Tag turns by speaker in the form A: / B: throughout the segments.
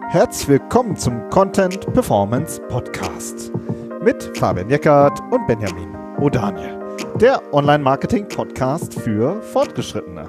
A: Herzlich willkommen zum Content Performance Podcast mit Fabian Jeckert und Benjamin O'Daniel, der Online-Marketing-Podcast für Fortgeschrittene.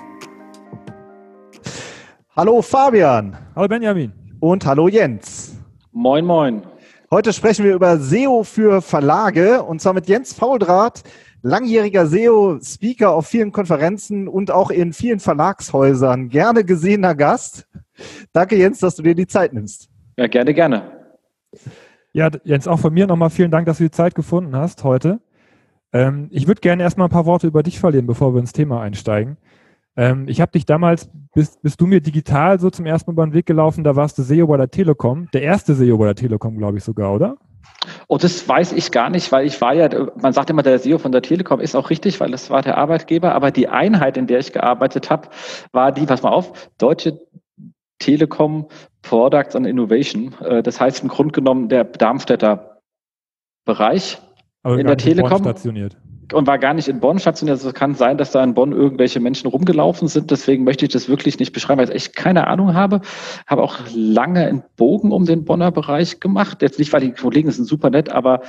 A: Hallo Fabian.
B: Hallo Benjamin.
A: Und hallo Jens.
C: Moin, moin.
A: Heute sprechen wir über SEO für Verlage und zwar mit Jens Fauldrath, langjähriger SEO-Speaker auf vielen Konferenzen und auch in vielen Verlagshäusern. Gerne gesehener Gast. Danke Jens, dass du dir die Zeit nimmst.
C: Ja, gerne, gerne.
B: Ja, Jens, auch von mir nochmal vielen Dank, dass du die Zeit gefunden hast heute. Ich würde gerne erstmal ein paar Worte über dich verlieren, bevor wir ins Thema einsteigen. Ich habe dich damals, bist du mir digital so zum ersten Mal über den Weg gelaufen, da warst du SEO bei der Telekom, der erste SEO bei der Telekom, glaube ich sogar, oder?
C: Oh, das weiß ich gar nicht, weil ich war ja, man sagt immer, der SEO von der Telekom ist auch richtig, weil das war der Arbeitgeber, aber die Einheit, in der ich gearbeitet habe, war die, pass mal auf, Deutsche Telekom Products and Innovation. Das heißt im Grunde genommen der Darmstädter Bereich
B: aber
C: in der Telekom.
B: Stationiert.
C: Und war gar nicht in Bonn stationiert. Also es kann sein, dass da in Bonn irgendwelche Menschen rumgelaufen sind. Deswegen möchte ich das wirklich nicht beschreiben, weil ich echt keine Ahnung habe. Habe auch lange einen Bogen um den Bonner Bereich gemacht. Jetzt nicht, weil die Kollegen sind super nett, aber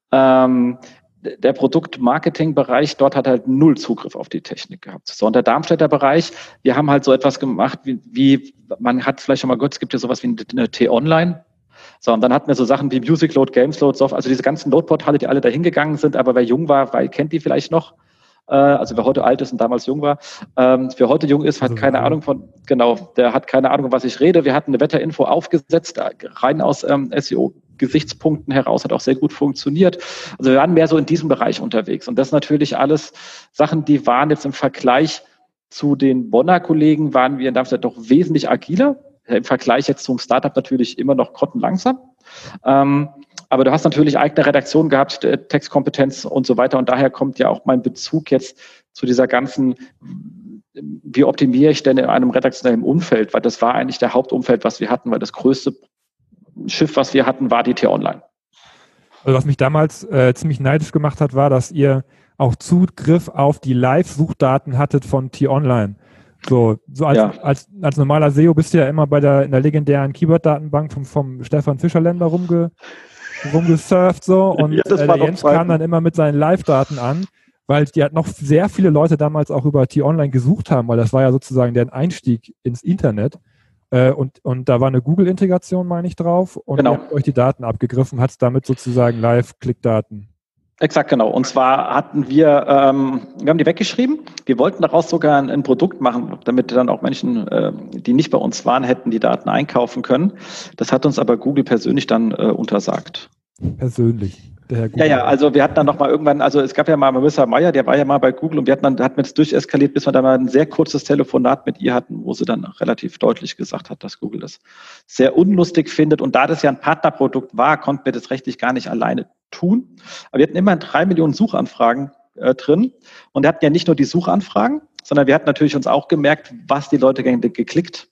C: der Produktmarketing-Bereich, dort hat halt null Zugriff auf die Technik gehabt. So, und der Darmstädter Bereich, wir haben halt so etwas gemacht, wie man hat vielleicht schon mal gehört, es gibt ja sowas wie eine T-Online. So, und dann hatten wir so Sachen wie Musicload, Gamesload, Soft, also diese ganzen Load-Portale, die alle dahin gegangen sind, aber wer jung war, kennt die vielleicht noch. Also wer heute alt ist und damals jung war. Wer heute jung ist, hat keine Ahnung von, genau, der hat keine Ahnung, was ich rede. Wir hatten eine Wetterinfo aufgesetzt, rein aus SEO-Gesichtspunkten heraus, hat auch sehr gut funktioniert. Also wir waren mehr so in diesem Bereich unterwegs. Und das natürlich alles Sachen, die waren jetzt im Vergleich zu den Bonner Kollegen, waren wir in Darmstadt doch wesentlich agiler. Im Vergleich jetzt zum Startup natürlich immer noch grottenlangsam. Aber du hast natürlich eigene Redaktion gehabt, Textkompetenz und so weiter. Und daher kommt ja auch mein Bezug jetzt zu dieser ganzen, wie optimiere ich denn in einem redaktionellen Umfeld? Weil das war eigentlich der Hauptumfeld, was wir hatten, weil das größte Schiff, was wir hatten, war die T-Online.
B: Also was mich damals ziemlich neidisch gemacht hat, war, dass ihr auch Zugriff auf die Live-Suchdaten hattet von T-Online. So als normaler SEO bist du ja immer in der legendären Keyword-Datenbank vom Stefan Fischerländer rumgesurft so und
C: ja,
B: der Jens kam dann immer mit seinen Live-Daten an, weil die halt noch sehr viele Leute damals auch über T-Online gesucht haben, weil das war ja sozusagen der Einstieg ins Internet und da war eine Google-Integration, meine ich, drauf und
C: genau.
B: ihr habt euch die Daten abgegriffen, hat damit sozusagen Live-Klickdaten.
C: Exakt, genau. Und zwar hatten wir haben die weggeschrieben. Wir wollten daraus sogar ein Produkt machen, damit dann auch Menschen, die nicht bei uns waren, hätten die Daten einkaufen können. Das hat uns aber Google persönlich dann untersagt.
B: Persönlich, der Herr Google.
C: Ja, also wir hatten dann nochmal irgendwann, also es gab ja mal Marissa Meyer, der war ja mal bei Google und hatten wir es durcheskaliert, bis wir dann mal ein sehr kurzes Telefonat mit ihr hatten, wo sie dann relativ deutlich gesagt hat, dass Google das sehr unlustig findet. Und da das ja ein Partnerprodukt war, konnten wir das rechtlich gar nicht alleine tun. Aber wir hatten immerhin 3 Millionen Suchanfragen drin. Und wir hatten ja nicht nur die Suchanfragen, sondern wir hatten natürlich uns auch gemerkt, was die Leute gerne geklickt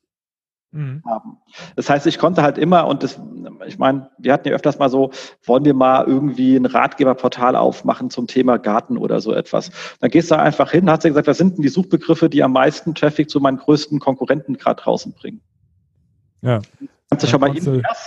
C: haben. Das heißt, ich konnte halt immer, ich meine, wir hatten ja öfters mal so, wollen wir mal irgendwie ein Ratgeberportal aufmachen zum Thema Garten oder so etwas. Dann gehst du da einfach hin, hast du gesagt, was sind denn die Suchbegriffe, die am meisten Traffic zu meinen größten Konkurrenten gerade draußen bringen?
B: Ja.
C: Kannst du schon mal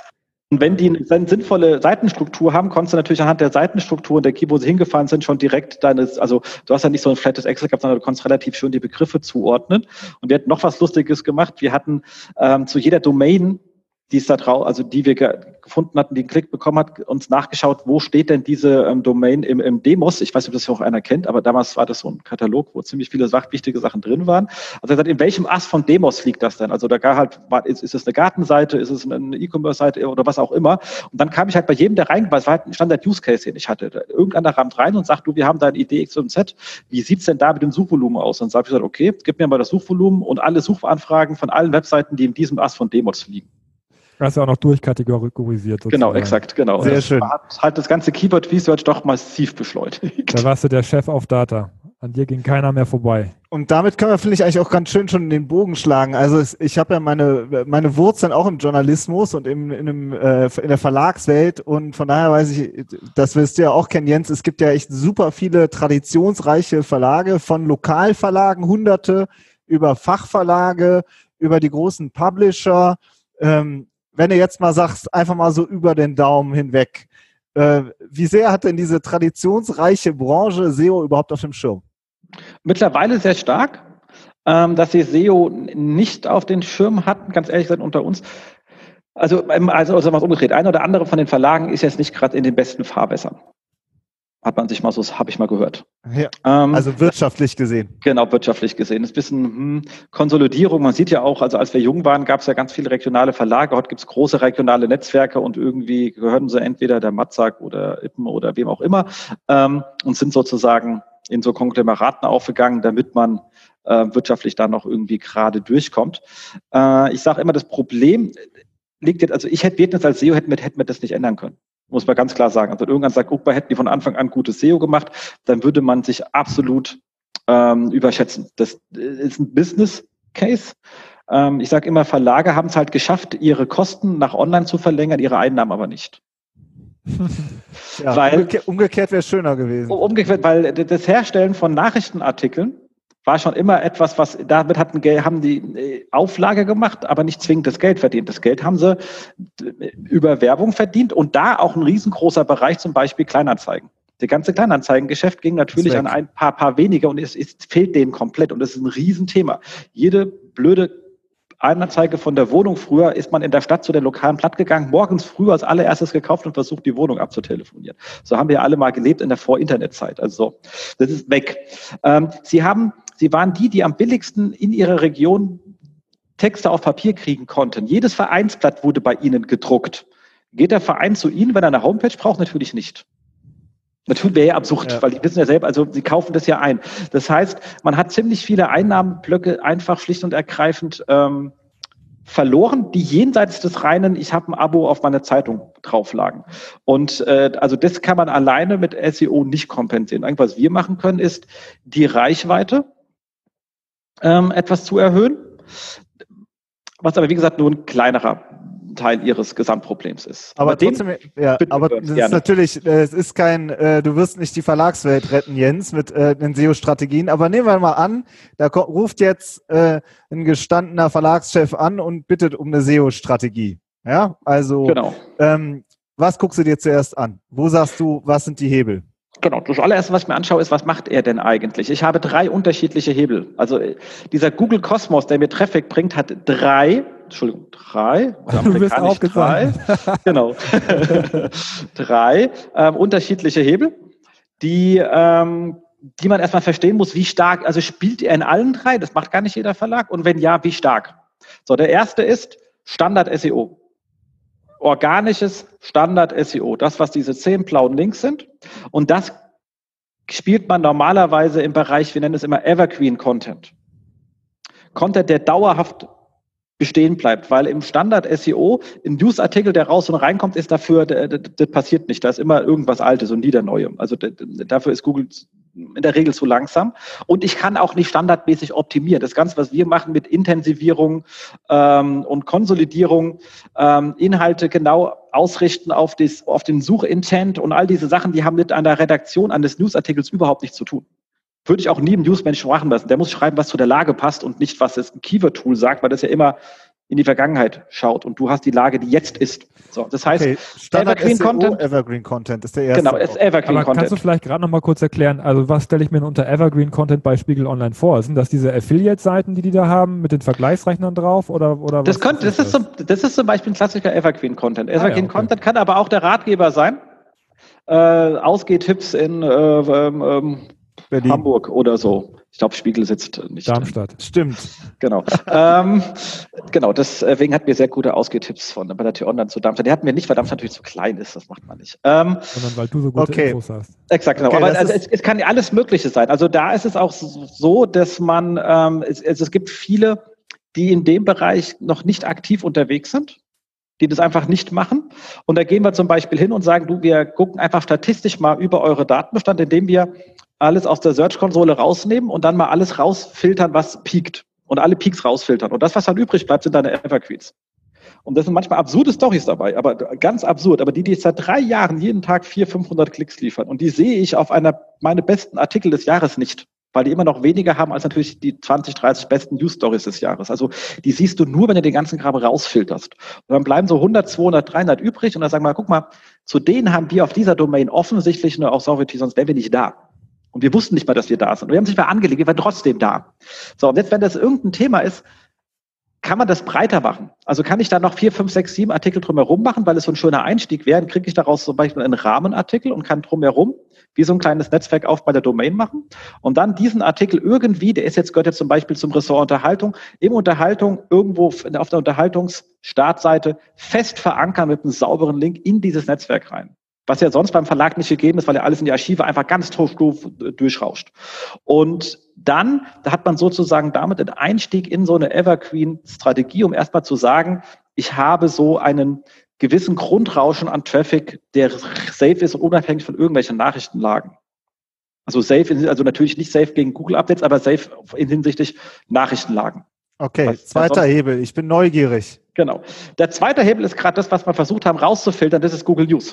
C: und wenn die eine sinnvolle Seitenstruktur haben, konntest du natürlich anhand der Seitenstruktur und der Key, wo sie hingefallen sind, schon direkt also du hast ja nicht so ein flattes Excel gehabt, sondern du konntest relativ schön die Begriffe zuordnen. Und wir hatten noch was Lustiges gemacht. Wir hatten zu jeder Domain, die es da drauf, also die wir gefunden hatten, die einen Klick bekommen hat, uns nachgeschaut, wo steht denn diese Domain im Demos. Ich weiß nicht, ob das ja auch einer kennt, aber damals war das so ein Katalog, wo ziemlich viele wichtige Sachen drin waren. Also er sagt, in welchem Ast von Demos liegt das denn? Also da ist es eine Gartenseite, ist es eine E-Commerce-Seite oder was auch immer. Und dann kam ich halt bei jedem, der reingekommen ist, war halt ein Standard-Use-Case, den ich hatte. Irgendeiner rammt rein und sagt, du, wir haben da eine Idee X und Z. Wie sieht's denn da mit dem Suchvolumen aus? Und dann habe ich gesagt, okay, gib mir mal das Suchvolumen und alle Suchanfragen von allen Webseiten, die in diesem Ast von Demos liegen.
B: Das ist ja auch noch durchkategorisiert. Sozusagen.
C: Genau, exakt, genau.
A: Sehr schön.
C: Hat halt das ganze Keyword Research doch massiv beschleunigt.
B: Da warst du der Chef auf Data. An dir ging keiner mehr vorbei.
A: Und damit können wir, finde ich, eigentlich auch ganz schön schon den Bogen schlagen. Also ich habe ja meine Wurzeln auch im Journalismus und in der Verlagswelt und von daher weiß ich, das wirst du ja auch kennen, Jens, es gibt ja echt super viele traditionsreiche Verlage, von Lokalverlagen, Hunderte, über Fachverlage, über die großen Publisher, wenn du jetzt mal sagst, einfach mal so über den Daumen hinweg, wie sehr hat denn diese traditionsreiche Branche SEO überhaupt auf dem Schirm?
C: Mittlerweile sehr stark, dass sie SEO nicht auf den Schirm hatten, ganz ehrlich gesagt, unter uns. Also was umgedreht. Einer oder andere von den Verlagen ist jetzt nicht gerade in den besten Fahrwässern. Habe ich mal gehört.
A: Ja, also wirtschaftlich gesehen.
C: Genau, wirtschaftlich gesehen. Das ist ein bisschen Konsolidierung. Man sieht ja auch, also als wir jung waren, gab es ja ganz viele regionale Verlage. Heute gibt es große regionale Netzwerke und irgendwie gehören sie entweder der Matzak oder Ippen oder wem auch immer und sind sozusagen in so Konglomeraten aufgegangen, damit man wirtschaftlich dann noch irgendwie gerade durchkommt. Ich sage immer, das Problem liegt jetzt, also wir hätten jetzt als SEO, hätten wir das nicht ändern können. Muss man ganz klar sagen. Also wenn irgendwann sagt, guck mal, hätten die von Anfang an gutes SEO gemacht, dann würde man sich absolut überschätzen. Das ist ein Business Case. Ich sage immer, Verlage haben es halt geschafft, ihre Kosten nach online zu verlängern, ihre Einnahmen aber nicht.
A: Ja, weil, umgekehrt wäre es schöner gewesen.
C: Umgekehrt, weil das Herstellen von Nachrichtenartikeln war schon immer etwas, haben die Auflage gemacht, aber nicht zwingend das Geld verdient. Das Geld haben sie über Werbung verdient und da auch ein riesengroßer Bereich, zum Beispiel Kleinanzeigen. Das ganze Kleinanzeigengeschäft ging natürlich an ein paar weniger und es fehlt denen komplett und das ist ein Riesenthema. Jede blöde Anzeige von der Wohnung früher ist man in der Stadt zu den lokalen Platt gegangen, morgens früh als allererstes gekauft und versucht, die Wohnung abzutelefonieren. So haben wir ja alle mal gelebt in der Vor-Internet-Zeit. Also das ist weg. Sie waren die am billigsten in ihrer Region Texte auf Papier kriegen konnten. Jedes Vereinsblatt wurde bei ihnen gedruckt. Geht der Verein zu Ihnen, wenn er eine Homepage braucht? Natürlich nicht. Natürlich wäre ja absurd, weil die wissen ja selber, also sie kaufen das ja ein. Das heißt, man hat ziemlich viele Einnahmenblöcke einfach schlicht und ergreifend verloren, die jenseits des reinen, ich habe ein Abo auf meine Zeitung drauflagen. Und also das kann man alleine mit SEO nicht kompensieren. Was wir machen können, ist die Reichweite etwas zu erhöhen, was aber wie gesagt nur ein kleinerer Teil ihres Gesamtproblems ist.
A: Aber trotzdem, aber das ist natürlich, es ist kein, du wirst nicht die Verlagswelt retten, Jens, mit den SEO-Strategien, aber nehmen wir mal an, da ruft jetzt ein gestandener Verlagschef an und bittet um eine SEO-Strategie. Ja, also
C: genau.
A: Was guckst du dir zuerst an? Wo sagst du, was sind die Hebel?
C: Genau, das allererste, was ich mir anschaue, ist, was macht er denn eigentlich? Ich habe 3 unterschiedliche Hebel. Also dieser Google Cosmos, der mir Traffic bringt, hat 3
B: Du bist aufgefallen.
C: 3, genau, 3 unterschiedliche Hebel, die man erstmal verstehen muss, wie stark, also spielt er in allen 3, das macht gar nicht jeder Verlag, und wenn ja, wie stark? So, der erste ist Standard-SEO. Organisches Standard-SEO, das, was diese 10 blauen Links sind. Und das spielt man normalerweise im Bereich, wir nennen es immer Evergreen-Content. Content, der dauerhaft bestehen bleibt, weil im Standard-SEO, ein Newsartikel, der raus und reinkommt, ist dafür, das passiert nicht. Da ist immer irgendwas Altes und nie der Neue. Also dafür ist Google in der Regel zu langsam. Und ich kann auch nicht standardmäßig optimieren. Das Ganze, was wir machen mit Intensivierung und Konsolidierung, Inhalte genau ausrichten auf den Suchintent und all diese Sachen, die haben mit einer Redaktion eines Newsartikels überhaupt nichts zu tun. Würde ich auch nie einen Newsmenschen machen lassen. Der muss schreiben, was zu der Lage passt und nicht, was das ein Keyword-Tool sagt, weil das ja immer in die Vergangenheit schaut und du hast die Lage, die jetzt ist. So, das heißt,
A: Evergreen Content ist der erste.
C: Genau, ist Evergreen
B: Aber
C: Content.
B: Kannst du vielleicht gerade noch mal kurz erklären, also was stelle ich mir unter Evergreen Content bei Spiegel Online vor? Sind das diese Affiliate-Seiten, die da haben, mit den Vergleichsrechnern drauf? Oder
C: das ist zum Beispiel ein klassischer Evergreen Content. Evergreen Content kann aber auch der Ratgeber sein. Ausgehtipps in Berlin. Hamburg oder so. Ich glaube, Spiegel sitzt nicht.
B: Darmstadt.
A: Stimmt.
C: Genau. Genau, deswegen hatten wir sehr gute Ausgehtipps von bei der T-Online zu Darmstadt. Die hatten wir nicht, weil Darmstadt natürlich zu klein ist. Das macht man nicht.
B: Sondern weil du so gute Infos hast.
C: Exakt, genau. Aber also, es kann ja alles Mögliche sein. Also da ist es auch so, dass man, es gibt viele, die in dem Bereich noch nicht aktiv unterwegs sind, die das einfach nicht machen. Und da gehen wir zum Beispiel hin und sagen, wir gucken einfach statistisch mal über eure Datenbestand, indem wir alles aus der Search-Konsole rausnehmen und dann mal alles rausfiltern, was piekt. Und alle Peaks rausfiltern. Und das, was dann übrig bleibt, sind deine Evergreens. Und das sind manchmal absurde Storys dabei, aber ganz absurd. Aber die seit 3 Jahren jeden Tag 400-500 Klicks liefern. Und die sehe ich auf meine besten Artikel des Jahres nicht. weil die immer noch weniger haben als natürlich die 20, 30 besten News-Stories des Jahres. Also die siehst du nur, wenn du den ganzen Kram rausfilterst. Und dann bleiben so 100, 200, 300 übrig und dann sagen wir, guck mal, zu denen haben wir auf dieser Domain offensichtlich eine Authority, sonst wären wir nicht da. Und wir wussten nicht mal, dass wir da sind. Und wir haben es nicht mehr angelegt, wir waren trotzdem da. So, und jetzt, wenn das irgendein Thema ist, kann man das breiter machen? Also kann ich da noch 4, 5, 6, 7 Artikel drumherum machen, weil es so ein schöner Einstieg wäre, dann kriege ich daraus zum Beispiel einen Rahmenartikel und kann drumherum wie so ein kleines Netzwerk auf bei der Domain machen und dann diesen Artikel irgendwie, gehört jetzt zum Beispiel zum Ressort Unterhaltung, im Unterhaltung irgendwo auf der Unterhaltungsstartseite fest verankern mit einem sauberen Link in dieses Netzwerk rein. Was ja sonst beim Verlag nicht gegeben ist, weil ja alles in die Archive einfach ganz doof durchrauscht. Und dann, da hat man sozusagen damit einen Einstieg in so eine Evergreen-Strategie, um erstmal zu sagen, ich habe so einen gewissen Grundrauschen an Traffic, der safe ist und unabhängig von irgendwelchen Nachrichtenlagen. Also safe, also natürlich nicht safe gegen Google-Updates, aber safe hinsichtlich Nachrichtenlagen.
A: Okay, zweiter Hebel. Ich bin neugierig.
C: Genau. Der zweite Hebel ist gerade das, was wir versucht haben rauszufiltern, das ist Google News.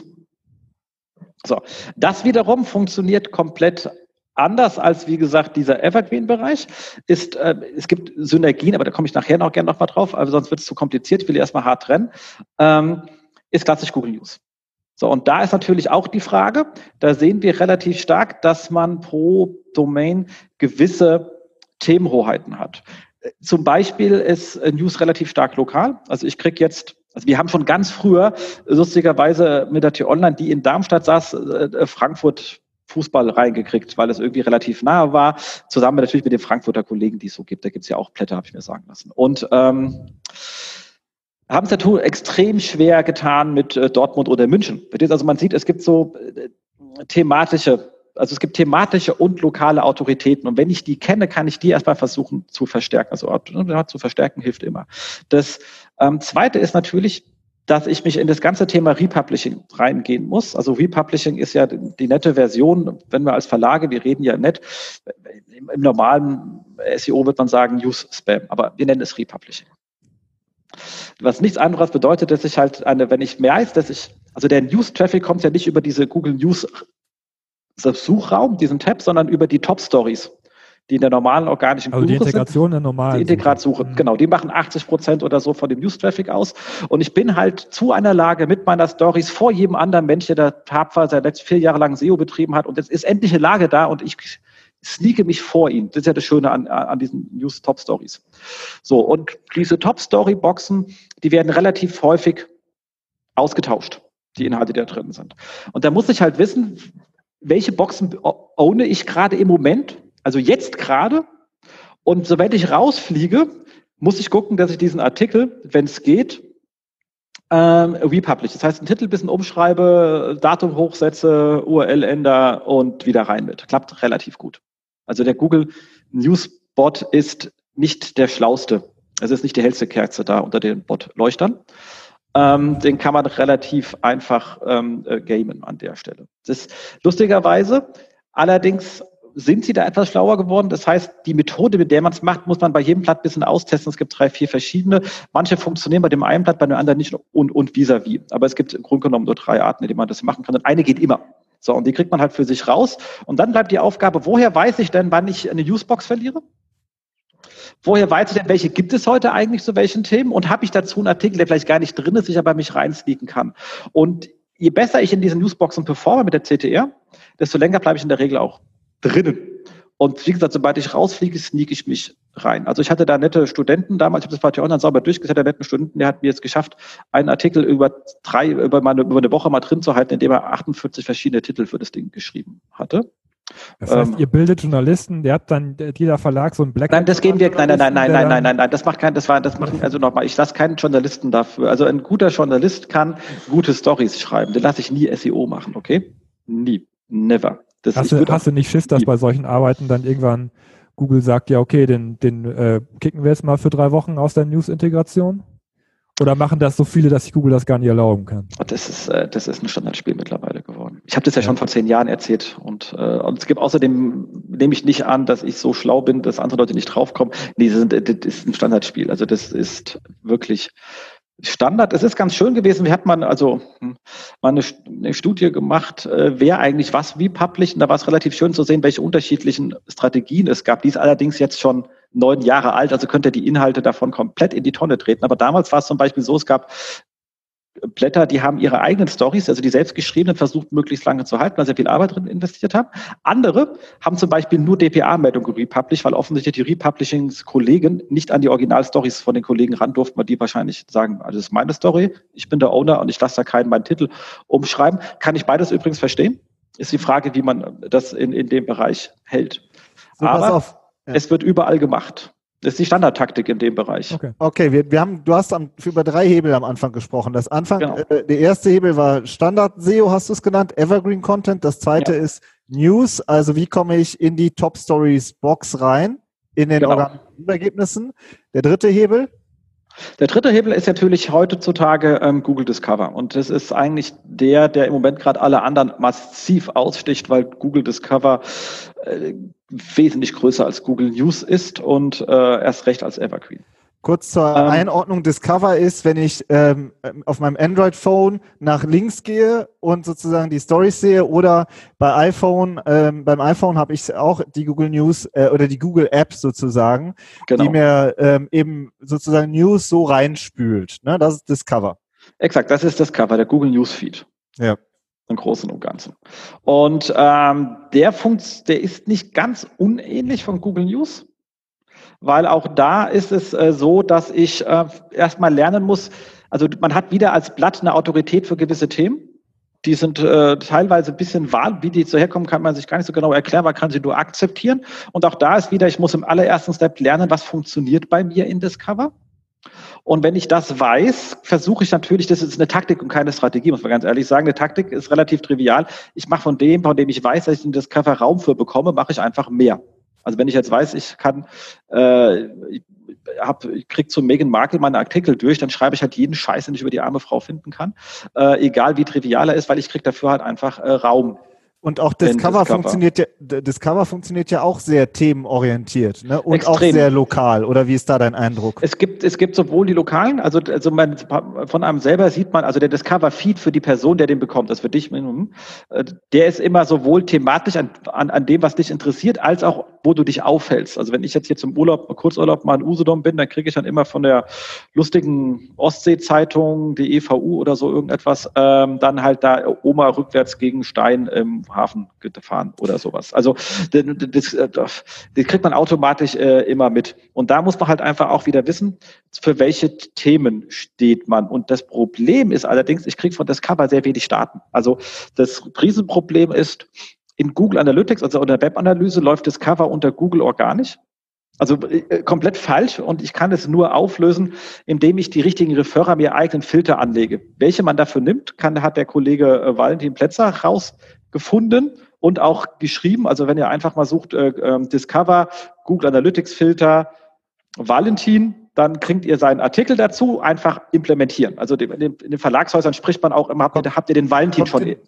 C: So, das wiederum funktioniert komplett anders als, wie gesagt, dieser Evergreen-Bereich. Es gibt Synergien, aber da komme ich nachher noch gerne nochmal drauf, aber sonst wird es zu kompliziert. Ich will erstmal hart trennen. Ist klassisch Google News. So, und da ist natürlich auch die Frage, da sehen wir relativ stark, dass man pro Domain gewisse Themenhoheiten hat. Zum Beispiel ist News relativ stark lokal. Also ich kriege jetzt, also wir haben schon ganz früher, lustigerweise mit der T-Online, die in Darmstadt saß, Frankfurt Fußball reingekriegt, weil es irgendwie relativ nahe war, zusammen natürlich mit den Frankfurter Kollegen, die es so gibt. Da gibt es ja auch Blätter, habe ich mir sagen lassen. Und haben es natürlich extrem schwer getan mit Dortmund oder München. Also man sieht, es gibt so thematische und lokale Autoritäten. Und wenn ich die kenne, kann ich die erstmal versuchen zu verstärken. Also zu verstärken hilft immer. Das Zweite ist natürlich, dass ich mich in das ganze Thema Republishing reingehen muss. Also Republishing ist ja die nette Version, wenn wir als Verlage, wir reden ja nett, im normalen SEO wird man sagen News-Spam, aber wir nennen es Republishing. Was nichts anderes bedeutet, dass ich halt wenn ich weiß, also der News-Traffic kommt ja nicht über diese Google News Suchraum, diesen Tab, sondern über die Top-Stories, die in der normalen organischen
B: Suche sind. Also die Integration der normalen
C: Die Integrationssuche, genau. Die machen 80% oder so von dem News-Traffic aus. Und ich bin halt zu einer Lage mit meiner Stories vor jedem anderen Mensch, der da tapfer seit letzten 4 Jahre lang SEO betrieben hat. Und jetzt ist endlich eine Lage da und ich sneake mich vor ihm. Das ist ja das Schöne an diesen News-Top-Stories. So, und diese Top-Story-Boxen, die werden relativ häufig ausgetauscht, die Inhalte, die da drin sind. Und da muss ich halt wissen, welche Boxen owne ich gerade im Moment, also jetzt gerade. Und so, wenn ich rausfliege, muss ich gucken, dass ich diesen Artikel, wenn es geht, republish. Das heißt, einen Titel ein bisschen umschreibe, Datum hochsetze, URL ändere und wieder rein mit. Klappt relativ gut. Also der Google News Bot ist nicht der schlauste. Es ist nicht die hellste Kerze da unter den Bot-Leuchtern. Den kann man relativ einfach gamen an der Stelle. Das ist lustigerweise, allerdings sind sie da etwas schlauer geworden. Das heißt, die Methode, mit der man es macht, muss man bei jedem Blatt ein bisschen austesten. Es gibt 3, 4 verschiedene. Manche funktionieren bei dem einen Blatt, bei dem anderen nicht und vis-à-vis. Aber es gibt im Grunde genommen nur 3 Arten, in denen man das machen kann. Und eine geht immer. So, und die kriegt man halt für sich raus. Und dann bleibt die Aufgabe, woher weiß ich denn, wann ich eine Newsbox verliere? Woher weiß ich denn, welche gibt es heute eigentlich zu welchen Themen? Und habe ich dazu einen Artikel, der vielleicht gar nicht drin ist, ich aber mich reinsneaken kann? Und je besser ich in diesen Newsboxen performe mit der CTR, desto länger bleibe ich in der Regel auch drinnen. Und wie gesagt, sobald ich rausfliege, sneak ich mich rein. Also ich hatte da nette Studenten damals, ich habe das bei T-Online sauber durchgesetzt, der netten Studenten, der hat mir jetzt geschafft, einen Artikel über eine Woche mal drin zu halten, indem er 48 verschiedene Titel für das Ding geschrieben hatte.
B: Das heißt, ihr bildet Journalisten, der hat dann jeder Verlag so ein Black.
C: Nein, das geben wir, nein, das machen, also nochmal, ich lasse keinen Journalisten dafür. Also ein guter Journalist kann gute Stories schreiben, den lasse ich nie SEO machen, okay? Nie, never.
B: Hast du nicht Schiss, dass bei solchen Arbeiten dann irgendwann Google sagt, ja okay, den kicken wir jetzt mal für 3 Wochen aus der News-Integration? Oder machen das so viele, dass sich Google das gar nicht erlauben kann?
C: Das ist ein Standardspiel mittlerweile geworden. Ich habe das ja schon vor 10 Jahren erzählt und es gibt außerdem, nehme ich nicht an, dass ich so schlau bin, dass andere Leute nicht draufkommen. Nee, das ist ein Standardspiel. Also das ist wirklich Standard, es ist ganz schön gewesen. Wir hatten mal eine Studie gemacht, wer eigentlich was wie published. Und da war es relativ schön zu sehen, welche unterschiedlichen Strategien es gab. Die ist allerdings jetzt schon 9 Jahre alt, also könnt ihr die Inhalte davon komplett in die Tonne treten. Aber damals war es zum Beispiel so, es gab Blätter, die haben ihre eigenen Stories, also die selbstgeschriebenen, versucht möglichst lange zu halten, weil sie viel Arbeit drin investiert haben. Andere haben zum Beispiel nur DPA-Meldungen republished, weil offensichtlich die Republishings-Kollegen nicht an die Original-Stories von den Kollegen ran durften, weil die wahrscheinlich sagen, also das ist meine Story, ich bin der Owner und ich lasse da keinen meinen Titel umschreiben. Kann ich beides übrigens verstehen? Ist die Frage, wie man das in dem Bereich hält.
A: So,
C: aber es wird überall gemacht. Das ist die Standardtaktik in dem Bereich.
A: Okay, du hast über 3 Hebel am Anfang gesprochen. Genau. Der erste Hebel war Standard-SEO, hast du es genannt, Evergreen Content. Das zweite ist News, also wie komme ich in die Top Stories Box rein, in den organischen Ergebnissen. Der dritte Hebel?
C: Der dritte Hebel ist natürlich heutzutage Google Discover. Und das ist eigentlich der im Moment gerade alle anderen massiv aussticht, weil Google Discover wesentlich größer als Google News ist und erst recht als Evergreen.
A: Kurz zur Einordnung, Discover ist, wenn ich auf meinem Android-Phone nach links gehe und sozusagen die Stories sehe, oder beim iPhone habe ich auch die Google News oder die Google App sozusagen, die mir eben sozusagen News so reinspült. Ne? Das ist Discover.
C: Exakt, das ist Discover, der Google News Feed.
A: Ja.
C: Im Großen und Ganzen. Und der ist nicht ganz unähnlich von Google News, weil auch da ist es so, dass ich erstmal lernen muss, also man hat wieder als Blatt eine Autorität für gewisse Themen. Die sind teilweise ein bisschen wahl, wie die so herkommen, kann man sich gar nicht so genau erklären, man kann sie nur akzeptieren. Und auch da ist wieder, ich muss im allerersten Step lernen, was funktioniert bei mir in Discover. Und wenn ich das weiß, versuche ich natürlich, das ist eine Taktik und keine Strategie, muss man ganz ehrlich sagen. Eine Taktik ist relativ trivial. Ich mache von dem ich weiß, dass ich in Discover Raum für bekomme, mache ich einfach mehr. Also wenn ich jetzt weiß, ich kriege zu Meghan Markle meine Artikel durch, dann schreibe ich halt jeden Scheiß, den ich über die arme Frau finden kann. Egal wie trivial er ist, weil ich kriege dafür halt einfach Raum.
A: Und auch Discover funktioniert ja auch sehr themenorientiert, ne? Und extrem. Auch sehr lokal. Oder wie ist da dein Eindruck?
C: Es gibt sowohl die lokalen, also von einem selber sieht man, also der Discover-Feed für die Person, der den bekommt, das für dich, der ist immer sowohl thematisch an dem, was dich interessiert, als auch, wo du dich aufhältst. Also wenn ich jetzt hier zum Kurzurlaub mal in Usedom bin, dann kriege ich dann immer von der lustigen Ostsee-Zeitung, die EVU oder so irgendetwas, dann halt da Oma rückwärts gegen Stein im Hafen gefahren oder sowas. Also das kriegt man automatisch immer mit. Und da muss man halt einfach auch wieder wissen, für welche Themen steht man. Und das Problem ist allerdings, ich kriege von Discover sehr wenig Daten. Also das Riesenproblem ist, in Google Analytics, also in der Webanalyse, läuft Discover unter Google organisch. Also komplett falsch, und ich kann es nur auflösen, indem ich die richtigen Referrer mir eigenen Filter anlege. Welche man dafür nimmt, hat der Kollege Valentin Plätzer rausgefunden und auch geschrieben. Also wenn ihr einfach mal sucht, Discover, Google Analytics Filter, Valentin, dann kriegt ihr seinen Artikel dazu, einfach implementieren. Also in den Verlagshäusern spricht man auch immer, habt ihr den Valentin schon...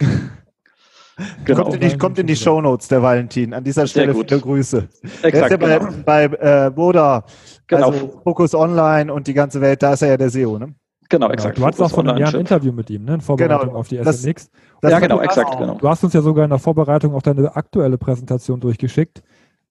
A: Genau. Kommt in die Shownotes, der Valentin. An dieser Stelle viele Grüße. Exakt, der ist ja bei Boda, also Focus Online und die ganze Welt, da ist er ja der SEO, ne?
C: Genau, exakt.
B: Du hattest auch vor einem Jahr ein Interview mit ihm, ne? In Vorbereitung auf die SMX.
C: Exakt.
B: Du hast uns ja sogar in der Vorbereitung auch deine aktuelle Präsentation durchgeschickt.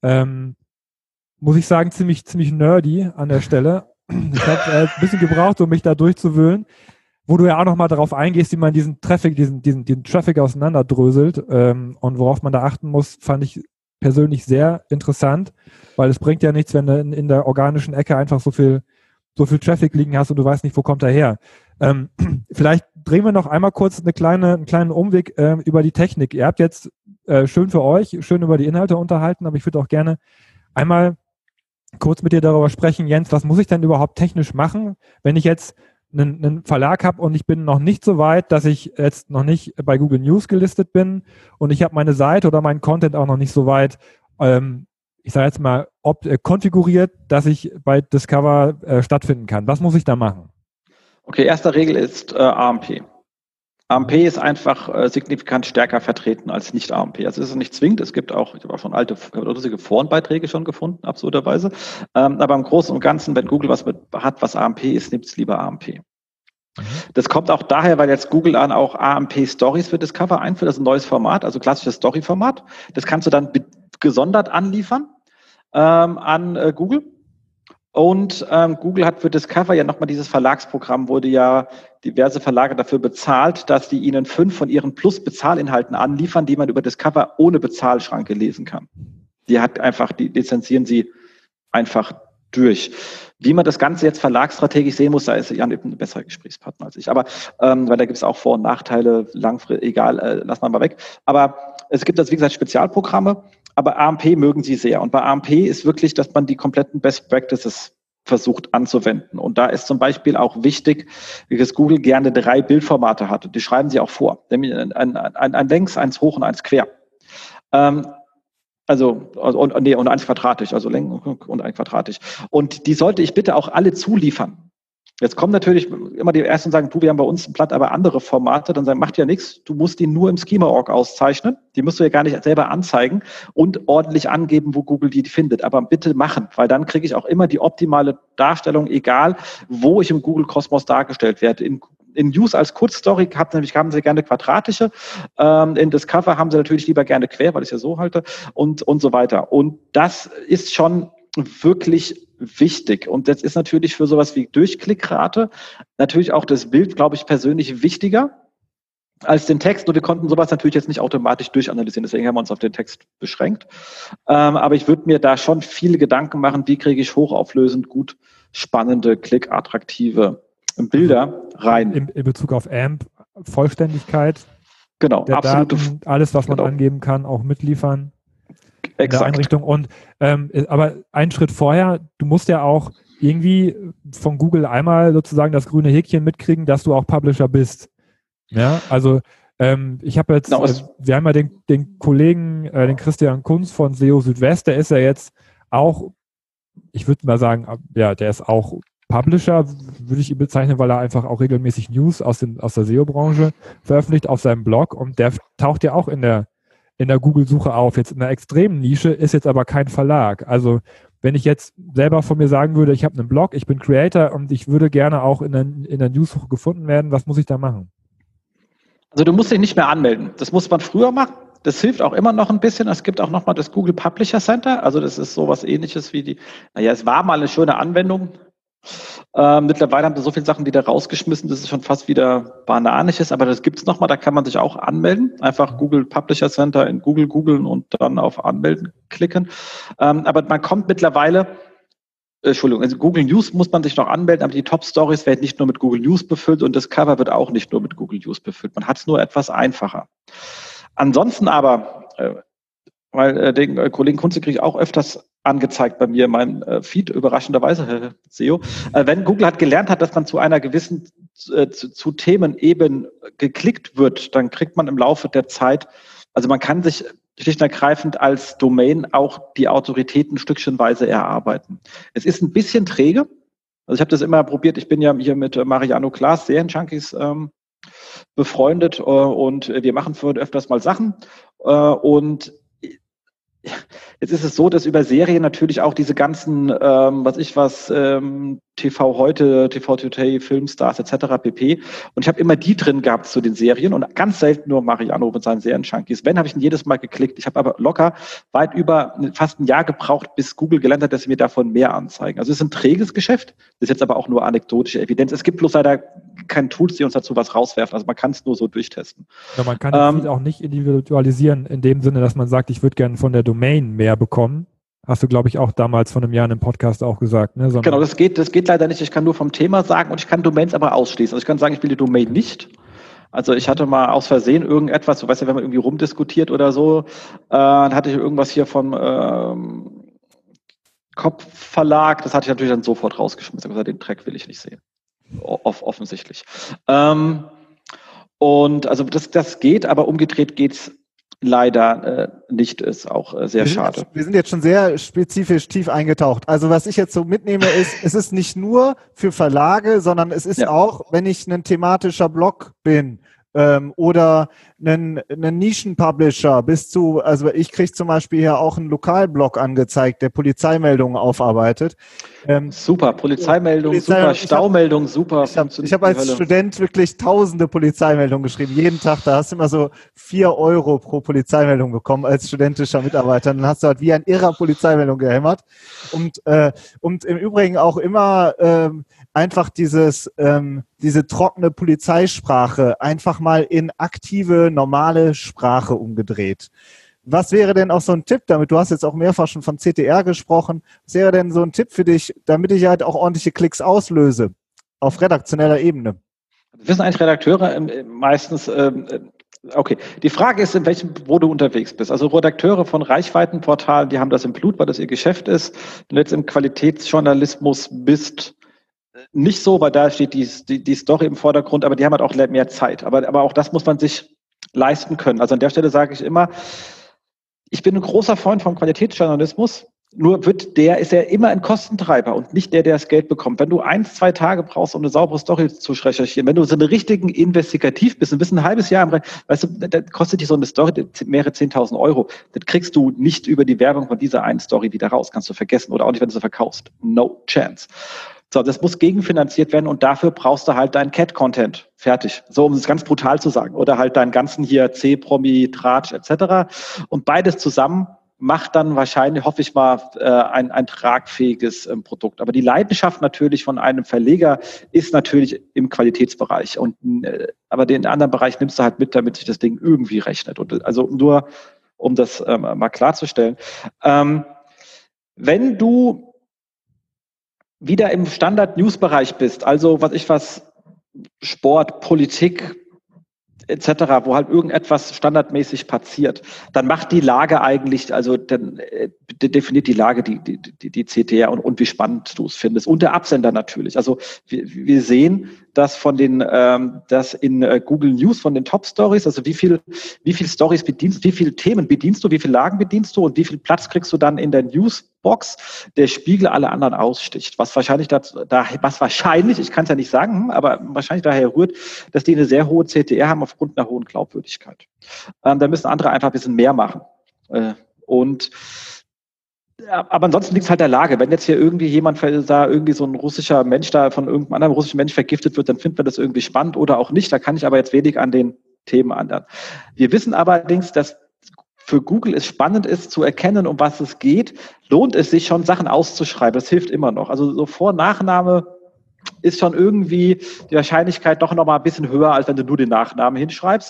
B: Muss ich sagen, ziemlich nerdy an der Stelle. Ich habe ein bisschen gebraucht, um mich da durchzuwühlen. Wo du ja auch nochmal darauf eingehst, wie man diesen Traffic auseinanderdröselt und worauf man da achten muss, fand ich persönlich sehr interessant, weil es bringt ja nichts, wenn du in der organischen Ecke einfach so viel Traffic liegen hast und du weißt nicht, wo kommt er her. Vielleicht drehen wir noch einmal kurz einen kleinen Umweg über die Technik. Ihr habt jetzt schön für euch, schön über die Inhalte unterhalten, aber ich würde auch gerne einmal kurz mit dir darüber sprechen, Jens, was muss ich denn überhaupt technisch machen, wenn ich jetzt einen Verlag habe und ich bin noch nicht so weit, dass ich jetzt noch nicht bei Google News gelistet bin und ich habe meine Seite oder meinen Content auch noch nicht so weit, ich sage jetzt mal, konfiguriert, dass ich bei Discover stattfinden kann. Was muss ich da machen? Okay, erste Regel ist AMP. AMP ist einfach signifikant stärker vertreten als nicht AMP. Also es ist nicht zwingend. Ich habe auch schon riesige Forenbeiträge schon gefunden, absurderweise. Aber im Großen und Ganzen, wenn Google was hat, was AMP ist, nimmt es lieber AMP.
C: Das kommt auch daher, weil jetzt Google auch AMP Stories für Discover einführt, das ist ein neues Format, also klassisches Story-Format. Das kannst du dann gesondert anliefern an Google. Und Google hat für Discover ja nochmal dieses Verlagsprogramm, wurde ja diverse Verlage dafür bezahlt, dass die ihnen 5 von ihren Plus-Bezahlinhalten anliefern, die man über Discover ohne Bezahlschranke lesen kann. Die lizenzieren sie einfach durch. Wie man das Ganze jetzt verlagsstrategisch sehen muss, da ist Jan eben ein besserer Gesprächspartner als ich. Aber weil da gibt es auch Vor- und Nachteile, langfristig, egal, lass mal weg. Aber es gibt wie gesagt, Spezialprogramme. Aber AMP mögen sie sehr. Und bei AMP ist wirklich, dass man die kompletten Best Practices versucht anzuwenden. Und da ist zum Beispiel auch wichtig, dass Google gerne 3 Bildformate hat. Und die schreiben sie auch vor. Nämlich ein längs, eins hoch und eins quer. Und eins quadratisch, also längs und ein quadratisch. Und die sollte ich bitte auch alle zuliefern. Jetzt kommen natürlich immer die Ersten und sagen, wir haben bei uns ein Blatt, aber andere Formate. Dann sagen, macht ja nichts, du musst die nur im Schema.org auszeichnen. Die musst du ja gar nicht selber anzeigen und ordentlich angeben, wo Google die findet. Aber bitte machen, weil dann kriege ich auch immer die optimale Darstellung, egal wo ich im Google-Kosmos dargestellt werde. In News als Kurzstory haben sie gerne quadratische. In Discover haben sie natürlich lieber gerne quer, weil ich es ja so halte und so weiter. Und das ist schon wirklich wichtig. Und das ist natürlich für sowas wie Durchklickrate natürlich auch das Bild, glaube ich, persönlich wichtiger als den Text. Und wir konnten sowas natürlich jetzt nicht automatisch durchanalysieren. Deswegen haben wir uns auf den Text beschränkt. Aber ich würde mir da schon viele Gedanken machen, wie kriege ich hochauflösend, gut spannende, klickattraktive Bilder rein.
B: In Bezug auf AMP, Vollständigkeit.
C: Genau,
B: absolut. Alles, was man angeben kann, auch mitliefern. In der Einrichtung. Und aber einen Schritt vorher, du musst ja auch irgendwie von Google einmal sozusagen das grüne Häkchen mitkriegen, dass du auch Publisher bist. Ja, also ich habe jetzt, wir haben ja den Kollegen, den Christian Kunz von SEO Südwest, der ist ja jetzt auch, ich würde mal sagen, ja, der ist auch Publisher, würde ich ihn bezeichnen, weil er einfach auch regelmäßig News aus der SEO-Branche veröffentlicht auf seinem Blog, und der taucht ja auch in der Google-Suche auf. Jetzt in einer extremen Nische, ist jetzt aber kein Verlag. Also wenn ich jetzt selber von mir sagen würde, ich habe einen Blog, ich bin Creator und ich würde gerne auch in der News-Suche gefunden werden, was muss ich da machen? Also
C: du musst dich nicht mehr anmelden. Das muss man früher machen. Das hilft auch immer noch ein bisschen. Es gibt auch nochmal das Google Publisher Center. Also das ist sowas Ähnliches wie es war mal eine schöne Anwendung. Mittlerweile haben sie so viele Sachen wieder rausgeschmissen, dass es schon fast wieder bananisch ist, aber das gibt's nochmal, da kann man sich auch anmelden. Einfach Google Publisher Center in Google googeln und dann auf Anmelden klicken. Aber man kommt mittlerweile, also Google News muss man sich noch anmelden, aber die Top Stories werden nicht nur mit Google News befüllt und das Cover wird auch nicht nur mit Google News befüllt. Man hat es nur etwas einfacher. Ansonsten aber, weil den Kollegen Kunze kriege ich auch öfters angezeigt bei mir in meinem Feed, überraschenderweise, Herr SEO. Wenn Google gelernt hat, dass man zu einer gewissen, zu Themen eben geklickt wird, dann kriegt man im Laufe der Zeit, also man kann sich schlicht und ergreifend als Domain auch die Autoritäten stückchenweise erarbeiten. Es ist ein bisschen träge. Also ich habe das immer probiert, ich bin ja hier mit Mariano Klaas, Serienjunkies, befreundet und wir machen für öfters mal Sachen und jetzt ist es so, dass über Serien natürlich auch diese ganzen, TV Heute, TV Today, Filmstars etc. pp. Und ich habe immer die drin gehabt zu den Serien und ganz selten nur Mariano mit seinen Serien-Junkies. Wenn, habe ich ihn jedes Mal geklickt. Ich habe aber locker weit über fast ein Jahr gebraucht, bis Google gelernt hat, dass sie mir davon mehr anzeigen. Also es ist ein träges Geschäft. Das ist jetzt aber auch nur anekdotische Evidenz. Es gibt bloß leider keine Tools, die uns dazu was rauswerfen. Also man kann es nur so durchtesten.
B: Ja, man kann das Feed auch nicht individualisieren in dem Sinne, dass man sagt, ich würde gerne von der Domain mehr bekommen. Hast du, glaube ich, auch damals vor einem Jahr in einem Podcast auch gesagt, ne?
C: Genau, das geht leider nicht. Ich kann nur vom Thema sagen und ich kann Domains aber ausschließen. Also ich kann sagen, ich will die Domain nicht. Also ich hatte mal aus Versehen irgendetwas, du weißt ja, wenn man irgendwie rumdiskutiert oder so, dann hatte ich irgendwas hier vom Kopfverlag, das hatte ich natürlich dann sofort rausgeschmissen. Ich habe gesagt, den Track will ich nicht sehen. Offensichtlich. Und also das geht, aber umgedreht geht's leider nicht, ist auch sehr schade.
A: Wir sind jetzt schon sehr spezifisch tief eingetaucht. Also was ich jetzt so mitnehme ist, es ist nicht nur für Verlage, sondern es ist auch, wenn ich ein thematischer Blog bin, oder einen Nischen-Publisher bis zu, also ich kriege zum Beispiel hier auch einen Lokalblog angezeigt, der Polizeimeldungen aufarbeitet.
C: Super, Polizeimeldungen, super, Staumeldungen, super.
A: Ich hab als Student wirklich tausende Polizeimeldungen geschrieben, jeden Tag. Da hast du immer so 4 Euro pro Polizeimeldung bekommen als studentischer Mitarbeiter. Dann hast du halt wie ein irrer Polizeimeldung gehämmert. Und im Übrigen auch immer einfach diese trockene Polizeisprache einfach mal in aktive, normale Sprache umgedreht. Was wäre denn auch so ein Tipp, damit du hast jetzt auch mehrfach schon von CTR gesprochen, was wäre denn so ein Tipp für dich, damit ich halt auch ordentliche Klicks auslöse auf redaktioneller Ebene?
C: Das wissen eigentlich Redakteure meistens, okay. Die Frage ist, wo du unterwegs bist. Also Redakteure von Reichweitenportalen, die haben das im Blut, weil das ihr Geschäft ist. Wenn du jetzt im Qualitätsjournalismus bist, nicht so, weil da steht die Story im Vordergrund, aber die haben halt auch mehr Zeit. Aber auch das muss man sich leisten können. Also an der Stelle sage ich immer, ich bin ein großer Freund vom Qualitätsjournalismus, nur ist er immer ein Kostentreiber und nicht der das Geld bekommt. Wenn du 1-2 Tage brauchst, um eine saubere Story zu recherchieren, wenn du so eine richtigen investigativ bist, ein halbes Jahr, weißt du, da kostet dich so eine Story mehrere 10.000 Euro. Das kriegst du nicht über die Werbung von dieser einen Story wieder raus, kannst du vergessen, oder auch nicht, wenn du sie verkaufst. No chance. So, das muss gegenfinanziert werden und dafür brauchst du halt deinen Cat-Content. Fertig. So, um es ganz brutal zu sagen. Oder halt deinen ganzen hier C-Promi, Tratsch etc. Und beides zusammen macht dann wahrscheinlich, hoffe ich mal, ein tragfähiges Produkt. Aber die Leidenschaft natürlich von einem Verleger ist natürlich im Qualitätsbereich. Aber den anderen Bereich nimmst du halt mit, damit sich das Ding irgendwie rechnet. Und also nur, um das mal klarzustellen. Wenn du wieder im Standard-News-Bereich bist, also Sport, Politik etc., wo halt irgendetwas standardmäßig passiert, dann macht die Lage eigentlich, also dann definiert die Lage die CTR und wie spannend du es findest. Und der Absender natürlich. Also wir sehen, dass dass in Google News von den Top-Stories, also wie viel Stories bedienst, wie viele Themen bedienst du, wie viele Lagen bedienst du und wie viel Platz kriegst du dann in der Newsbox, der Spiegel alle anderen aussticht. Was wahrscheinlich, ich kann es ja nicht sagen, aber wahrscheinlich daher rührt, dass die eine sehr hohe CTR haben aufgrund einer hohen Glaubwürdigkeit. Da müssen andere einfach ein bisschen mehr machen. Aber ansonsten liegt es halt der Lage. Wenn jetzt hier irgendwie so ein russischer Mensch da von irgendeinem anderen russischen Mensch vergiftet wird, dann findet man das irgendwie spannend oder auch nicht. Da kann ich aber jetzt wenig an den Themen ändern. Wir wissen allerdings, dass für Google es spannend ist, zu erkennen, um was es geht, lohnt es sich schon, Sachen auszuschreiben. Das hilft immer noch. Also so Vor-Nachname ist schon irgendwie die Wahrscheinlichkeit doch noch mal ein bisschen höher, als wenn du nur den Nachnamen hinschreibst.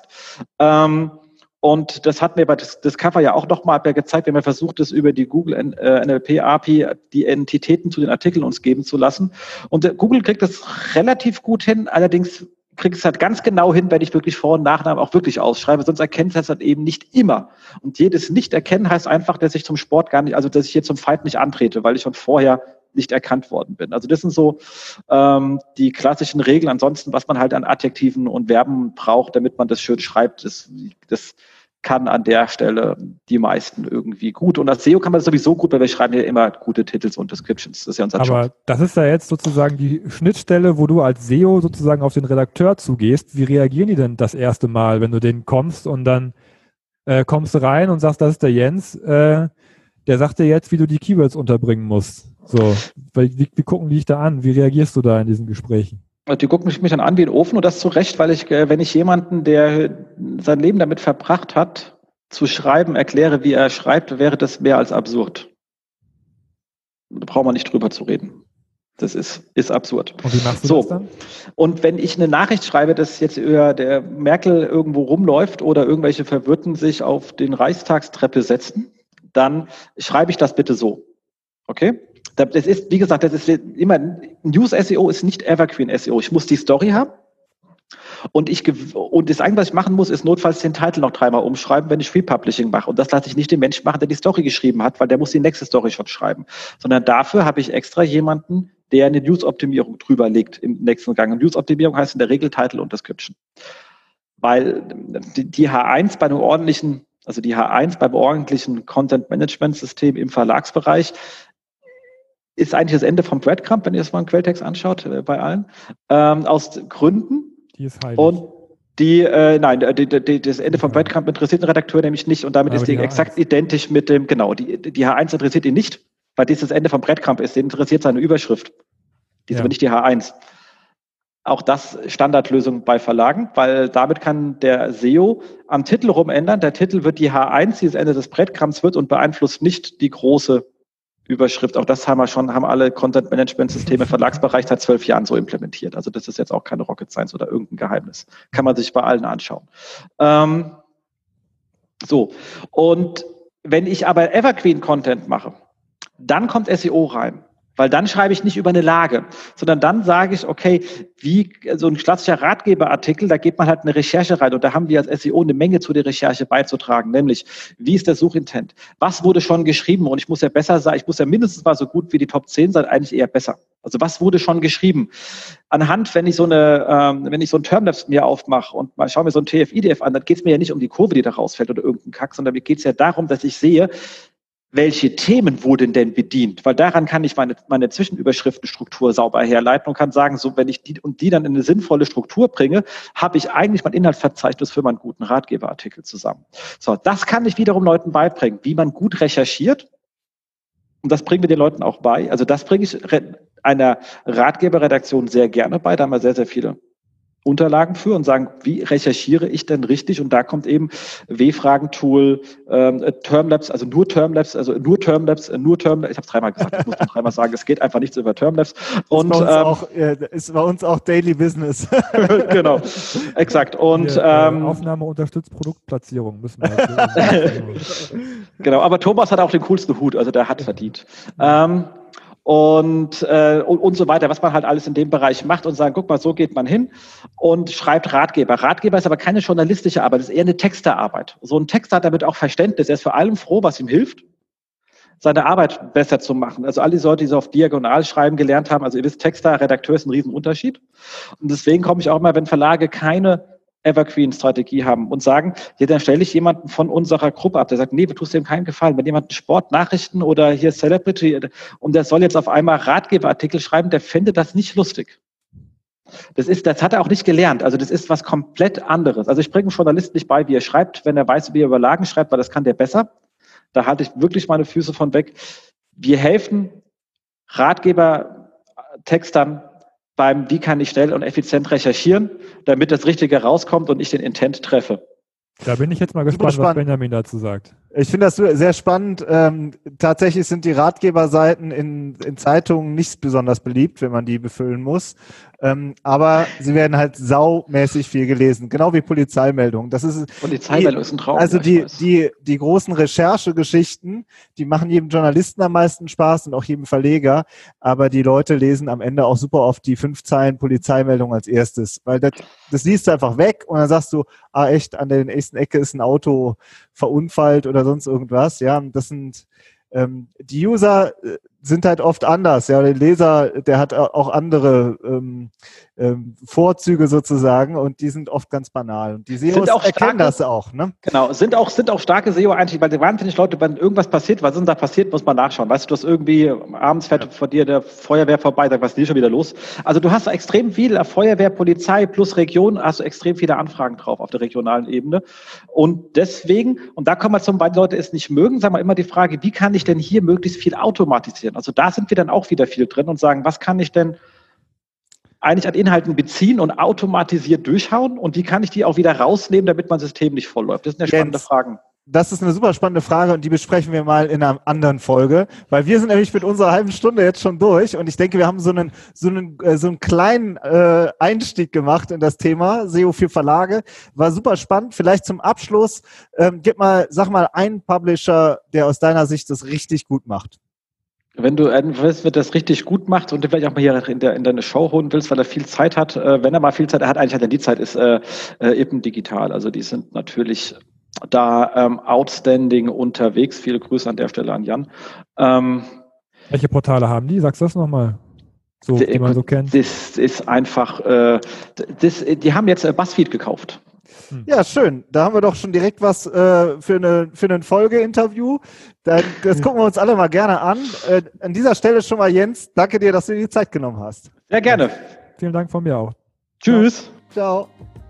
C: Und das hat mir bei Discover ja auch nochmal gezeigt, wenn man versucht, es über die Google NLP API die Entitäten zu den Artikeln uns geben zu lassen. Und Google kriegt das relativ gut hin, allerdings kriegt es halt ganz genau hin, wenn ich wirklich Vor- und Nachnamen auch wirklich ausschreibe, sonst erkennt es das halt eben nicht immer. Und jedes Nicht-Erkennen heißt einfach, dass ich zum Sport dass ich hier zum Fight nicht antrete, weil ich schon vorher nicht erkannt worden bin. Also das sind so die klassischen Regeln. Ansonsten, was man halt an Adjektiven und Verben braucht, damit man das schön schreibt, das kann an der Stelle die meisten irgendwie gut. Und als SEO kann man das sowieso gut, weil wir schreiben ja immer gute Titels und Descriptions. Das ist ja unser Job. Aber
B: das ist ja jetzt sozusagen die Schnittstelle, wo du als SEO sozusagen auf den Redakteur zugehst. Wie reagieren die denn das erste Mal, wenn du denen kommst und dann kommst du rein und sagst, das ist der Jens, der sagt dir jetzt, wie du die Keywords unterbringen musst. So, wie gucken die dich da an? Wie reagierst du da in diesen Gesprächen?
C: Die gucken mich dann an wie ein Ofen und das zu Recht, weil wenn ich jemanden, der sein Leben damit verbracht hat, zu schreiben, erkläre, wie er schreibt, wäre das mehr als absurd. Da braucht man nicht drüber zu reden. Das ist absurd.
B: Und wie machst du das dann?
C: Und wenn ich eine Nachricht schreibe, dass jetzt der Merkel irgendwo rumläuft oder irgendwelche Verwirrten sich auf den Reichstagstreppe setzen, dann schreibe ich das bitte so. Okay? Das ist, wie gesagt, das ist immer, News-SEO ist nicht Evergreen-SEO. Ich muss die Story haben und das Einzige, was ich machen muss, ist notfalls den Titel noch 3-mal umschreiben, wenn ich Republishing mache. Und das lasse ich nicht den Menschen machen, der die Story geschrieben hat, weil der muss die nächste Story schon schreiben. Sondern dafür habe ich extra jemanden, der eine News-Optimierung drüber legt im nächsten Gang. Und News-Optimierung heißt in der Regel Title und Description. Weil die H1 bei einem ordentlichen Content-Management-System im Verlagsbereich ist eigentlich das Ende vom Breadcrumb, wenn ihr das mal einen Quelltext anschaut, bei allen, aus Gründen.
B: Die ist heilig.
C: Und Das Ende vom Breadcrumb interessiert den Redakteur nämlich nicht und damit ist die exakt identisch mit dem, genau, die H1 interessiert ihn nicht, weil dieses Ende vom Breadcrumb ist, den interessiert seine Überschrift. Die ist aber nicht die H1. Auch das Standardlösung bei Verlagen, weil damit kann der SEO am Titel rumändern. Der Titel wird die H1, dieses Ende des Breadcrumbs wird und beeinflusst nicht die große Überschrift. Auch das haben alle Content-Management-Systeme im Verlagsbereich seit 12 Jahren so implementiert. Also das ist jetzt auch keine Rocket Science oder irgendein Geheimnis. Kann man sich bei allen anschauen. Und wenn ich aber Evergreen-Content mache, dann kommt SEO rein. Weil dann schreibe ich nicht über eine Lage, sondern dann sage ich, okay, wie so ein klassischer Ratgeberartikel, da geht man halt eine Recherche rein und da haben wir als SEO eine Menge zu der Recherche beizutragen, nämlich, wie ist der Suchintent? Was wurde schon geschrieben? Und ich muss ja besser sein, ich muss ja mindestens mal so gut wie die Top 10 sein, eigentlich eher besser. Also was wurde schon geschrieben? Anhand, wenn ich so ein Termlabs mir aufmache und mal schaue mir so ein TF-IDF an, dann geht es mir ja nicht um die Kurve, die da rausfällt oder irgendein Kack, sondern mir geht es ja darum, dass ich sehe, welche Themen wurden denn bedient? Weil daran kann ich meine Zwischenüberschriftenstruktur sauber herleiten und kann sagen, so wenn ich die dann in eine sinnvolle Struktur bringe, habe ich eigentlich mein Inhaltsverzeichnis für meinen guten Ratgeberartikel zusammen. So, das kann ich wiederum Leuten beibringen, wie man gut recherchiert. Und das bringen wir den Leuten auch bei. Also das bringe ich einer Ratgeberredaktion sehr gerne bei. Da haben wir sehr, sehr viele Unterlagen für und sagen, wie recherchiere ich denn richtig? Und da kommt eben W-Fragen-Tool, Termlabs, nur Termlabs. Ich habe es dreimal gesagt, ich muss noch dreimal sagen, es geht einfach nichts über Termlabs. Und
A: ist bei uns auch Daily Business.
C: Genau, exakt. Und
B: Aufnahme unterstützt Produktplatzierung müssen wir.
C: Genau, aber Thomas hat auch den coolsten Hut, also der hat verdient. Und so weiter, was man halt alles in dem Bereich macht und sagen, guck mal, so geht man hin und schreibt Ratgeber. Ratgeber ist aber keine journalistische Arbeit, das ist eher eine Texterarbeit. So ein Texter hat damit auch Verständnis, er ist vor allem froh, was ihm hilft, seine Arbeit besser zu machen. Also alle Leute, die so auf Diagonal schreiben gelernt haben, also ihr wisst, Texter, Redakteur ist ein Riesenunterschied. Und deswegen komme ich auch immer, wenn Verlage keine Evergreen-Strategie haben und sagen, ja, dann stelle ich jemanden von unserer Gruppe ab, der sagt, nee, du tust dem keinen Gefallen. Wenn jemand Sport, Nachrichten oder hier Celebrity und der soll jetzt auf einmal Ratgeberartikel schreiben, der fände das nicht lustig. Das hat er auch nicht gelernt. Also das ist was komplett anderes. Also ich bringe einem Journalisten nicht bei, wie er schreibt, wenn er weiß, wie er über Lagen schreibt, weil das kann der besser. Da halte ich wirklich meine Füße von weg. Wir helfen Ratgeber-Textern beim, wie kann ich schnell und effizient recherchieren, damit das Richtige rauskommt und ich den Intent treffe.
B: Da bin ich jetzt mal gespannt, was Benjamin dazu sagt.
A: Ich finde das sehr spannend. Tatsächlich sind die Ratgeberseiten in Zeitungen nicht besonders beliebt, wenn man die befüllen muss. Aber sie werden halt saumäßig viel gelesen, genau wie Polizeimeldungen.
C: Polizeimeldung ist ein Traum.
A: Also die großen Recherchegeschichten, die machen jedem Journalisten am meisten Spaß und auch jedem Verleger, aber die Leute lesen am Ende auch super oft die 5 Zeilen Polizeimeldung als erstes, weil das liest du einfach weg und dann sagst du, echt, an der nächsten Ecke ist ein Auto verunfallt oder sonst irgendwas. Ja, das sind die User sind halt oft anders. Ja, der Leser, der hat auch andere Vorzüge sozusagen und die sind oft ganz banal. Und die SEOs erkennen das auch, ne?
C: Genau, sind auch starke SEO-Einstiege, weil wahnsinnig Leute, wenn irgendwas passiert, was ist denn da passiert, muss man nachschauen. Weißt du, dass irgendwie abends fährt vor dir der Feuerwehr vorbei, sagt, was ist denn hier schon wieder los? Also du hast extrem viel Feuerwehr, Polizei plus Region, hast du extrem viele Anfragen drauf auf der regionalen Ebene. Und deswegen, und da kommen wir zum, weil Leute es nicht mögen, sagen wir immer die Frage, wie kann ich denn hier möglichst viel automatisieren? Also da sind wir dann auch wieder viel drin und sagen, was kann ich denn eigentlich an Inhalten beziehen und automatisiert durchhauen und wie kann ich die auch wieder rausnehmen, damit mein System nicht vollläuft? Das sind ja spannende Fragen.
A: Das ist eine super spannende Frage und die besprechen wir mal in einer anderen Folge, weil wir sind nämlich mit unserer halben Stunde jetzt schon durch und ich denke, wir haben so einen kleinen Einstieg gemacht in das Thema SEO für Verlage. War super spannend. Vielleicht zum Abschluss, sag mal einen Publisher, der aus deiner Sicht das richtig gut macht.
C: Wenn du das richtig gut macht und du vielleicht auch mal hier in deine Show holen willst, weil er viel Zeit hat, wenn er mal viel Zeit hat, eigentlich hat er die Zeit, ist eben digital. Also die sind natürlich da outstanding unterwegs. Viele Grüße an der Stelle an Jan.
B: Welche Portale haben die? Sagst du das nochmal? So, die man so kennt.
C: Das ist einfach, die haben jetzt BuzzFeed gekauft.
A: Ja, schön. Da haben wir doch schon direkt was für ein Folgeinterview. Das gucken wir uns alle mal gerne an. An dieser Stelle schon mal, Jens, danke dir, dass du dir die Zeit genommen hast.
C: Sehr gerne.
B: Vielen Dank von mir auch.
C: Tschüss.
A: Ciao.